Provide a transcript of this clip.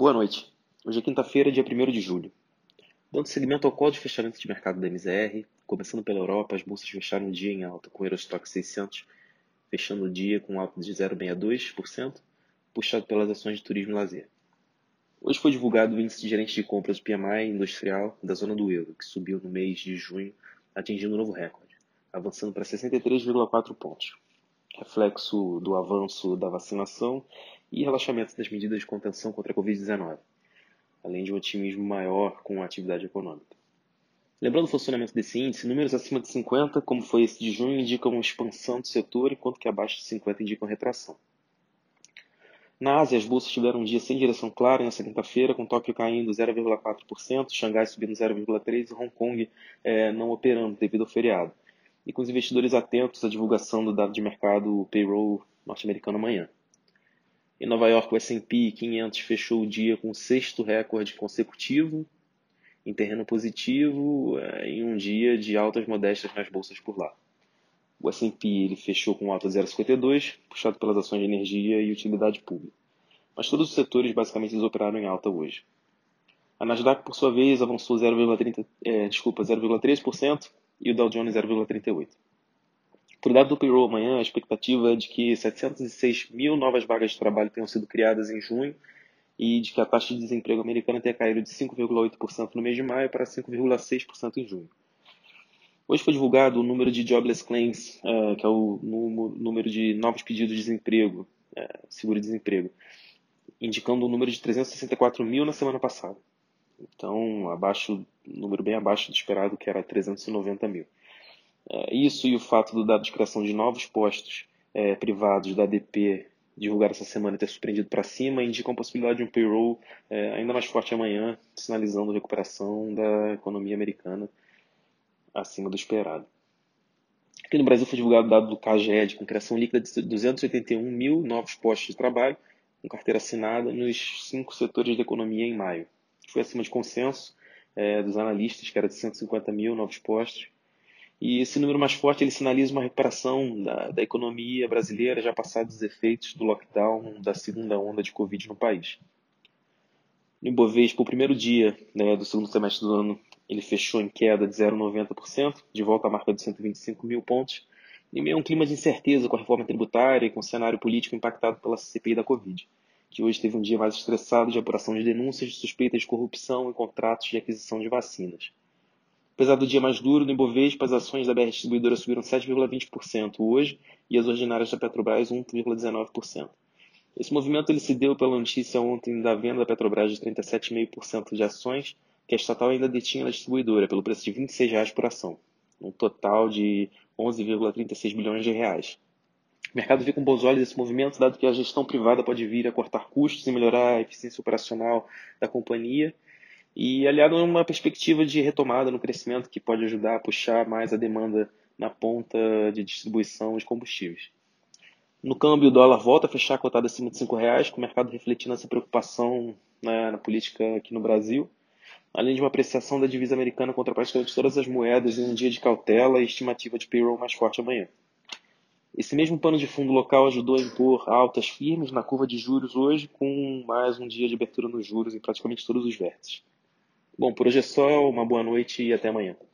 Boa noite. Hoje é quinta-feira, dia 1º de julho. Dando seguimento ao call de fechamento de mercado da MZR, começando pela Europa, as bolsas fecharam o dia em alta, com o Eurostoxx 600 fechando o dia com alta de 0,62%, puxado pelas ações de turismo e lazer. Hoje foi divulgado o índice de gerente de compras do PMI industrial da zona do euro, que subiu no mês de junho, atingindo um novo recorde, avançando para 63,4 pontos, reflexo do avanço da vacinação e relaxamento das medidas de contenção contra a Covid-19, além de um otimismo maior com a atividade econômica. Lembrando o funcionamento desse índice, números acima de 50, como foi esse de junho, indicam expansão do setor, enquanto que abaixo de 50 indicam retração. Na Ásia, as bolsas tiveram um dia sem direção clara nessa quinta-feira, com Tóquio caindo 0,4%, Xangai subindo 0,3% e Hong Kong não operando devido ao feriado. E com os investidores atentos à divulgação do dado de mercado payroll norte-americano amanhã. Em Nova York, o S&P 500 fechou o dia com o sexto recorde consecutivo, em terreno positivo, em um dia de altas modestas nas bolsas por lá. O S&P ele fechou com alta 0,52, puxado pelas ações de energia e utilidade pública. Mas todos os setores basicamente eles operaram em alta hoje. A Nasdaq, por sua vez, avançou 0,3% e o Dow Jones 0,38%. Por dado do payroll amanhã, a expectativa é de que 706 mil novas vagas de trabalho tenham sido criadas em junho e de que a taxa de desemprego americana tenha caído de 5,8% no mês de maio para 5,6% em junho. Hoje foi divulgado o número de jobless claims, que é o número de novos pedidos de desemprego, seguro-desemprego, indicando um número de 364 mil na semana passada. Então, número bem abaixo do esperado, que era 390 mil. Isso e o fato do dado de criação de novos postos privados da ADP divulgar essa semana e ter surpreendido para cima indicam a possibilidade de um payroll ainda mais forte amanhã, sinalizando recuperação da economia americana acima do esperado. Aqui no Brasil foi divulgado o dado do CAGED, com criação líquida de 281 mil novos postos de trabalho, com carteira assinada nos 5 setores da economia em maio. Foi acima de consenso dos analistas, que era de 150 mil novos postos. E esse número mais forte ele sinaliza uma recuperação da economia brasileira, já passados os efeitos do lockdown da segunda onda de Covid no país. No Ibovespa, o primeiro dia do segundo semestre do ano, ele fechou em queda de 0,90%, de volta à marca de 125 mil pontos, em meio a um clima de incerteza com a reforma tributária e com o cenário político impactado pela CPI da Covid, que hoje teve um dia mais estressado de apuração de denúncias de suspeitas de corrupção em contratos de aquisição de vacinas. Apesar do dia mais duro, no Ibovespa, as ações da BR Distribuidora subiram 7,20% hoje e as ordinárias da Petrobras 1,19%. Esse movimento ele se deu pela notícia ontem da venda da Petrobras de 37,5% de ações que a estatal ainda detinha na distribuidora, pelo preço de R$ 26 por ação, um total de 11,36 bilhões de reais. O mercado vê com bons olhos esse movimento, dado que a gestão privada pode vir a cortar custos e melhorar a eficiência operacional da companhia, e aliado a uma perspectiva de retomada no crescimento que pode ajudar a puxar mais a demanda na ponta de distribuição de combustíveis. No câmbio, o dólar volta a fechar cotado acima de R$ 5,00, com o mercado refletindo essa preocupação na política aqui no Brasil, além de uma apreciação da divisa americana contra praticamente todas as moedas em um dia de cautela e estimativa de payroll mais forte amanhã. Esse mesmo pano de fundo local ajudou a impor altas firmes na curva de juros hoje, com mais um dia de abertura nos juros em praticamente todos os vértices. Bom, por hoje é só, uma boa noite e até amanhã.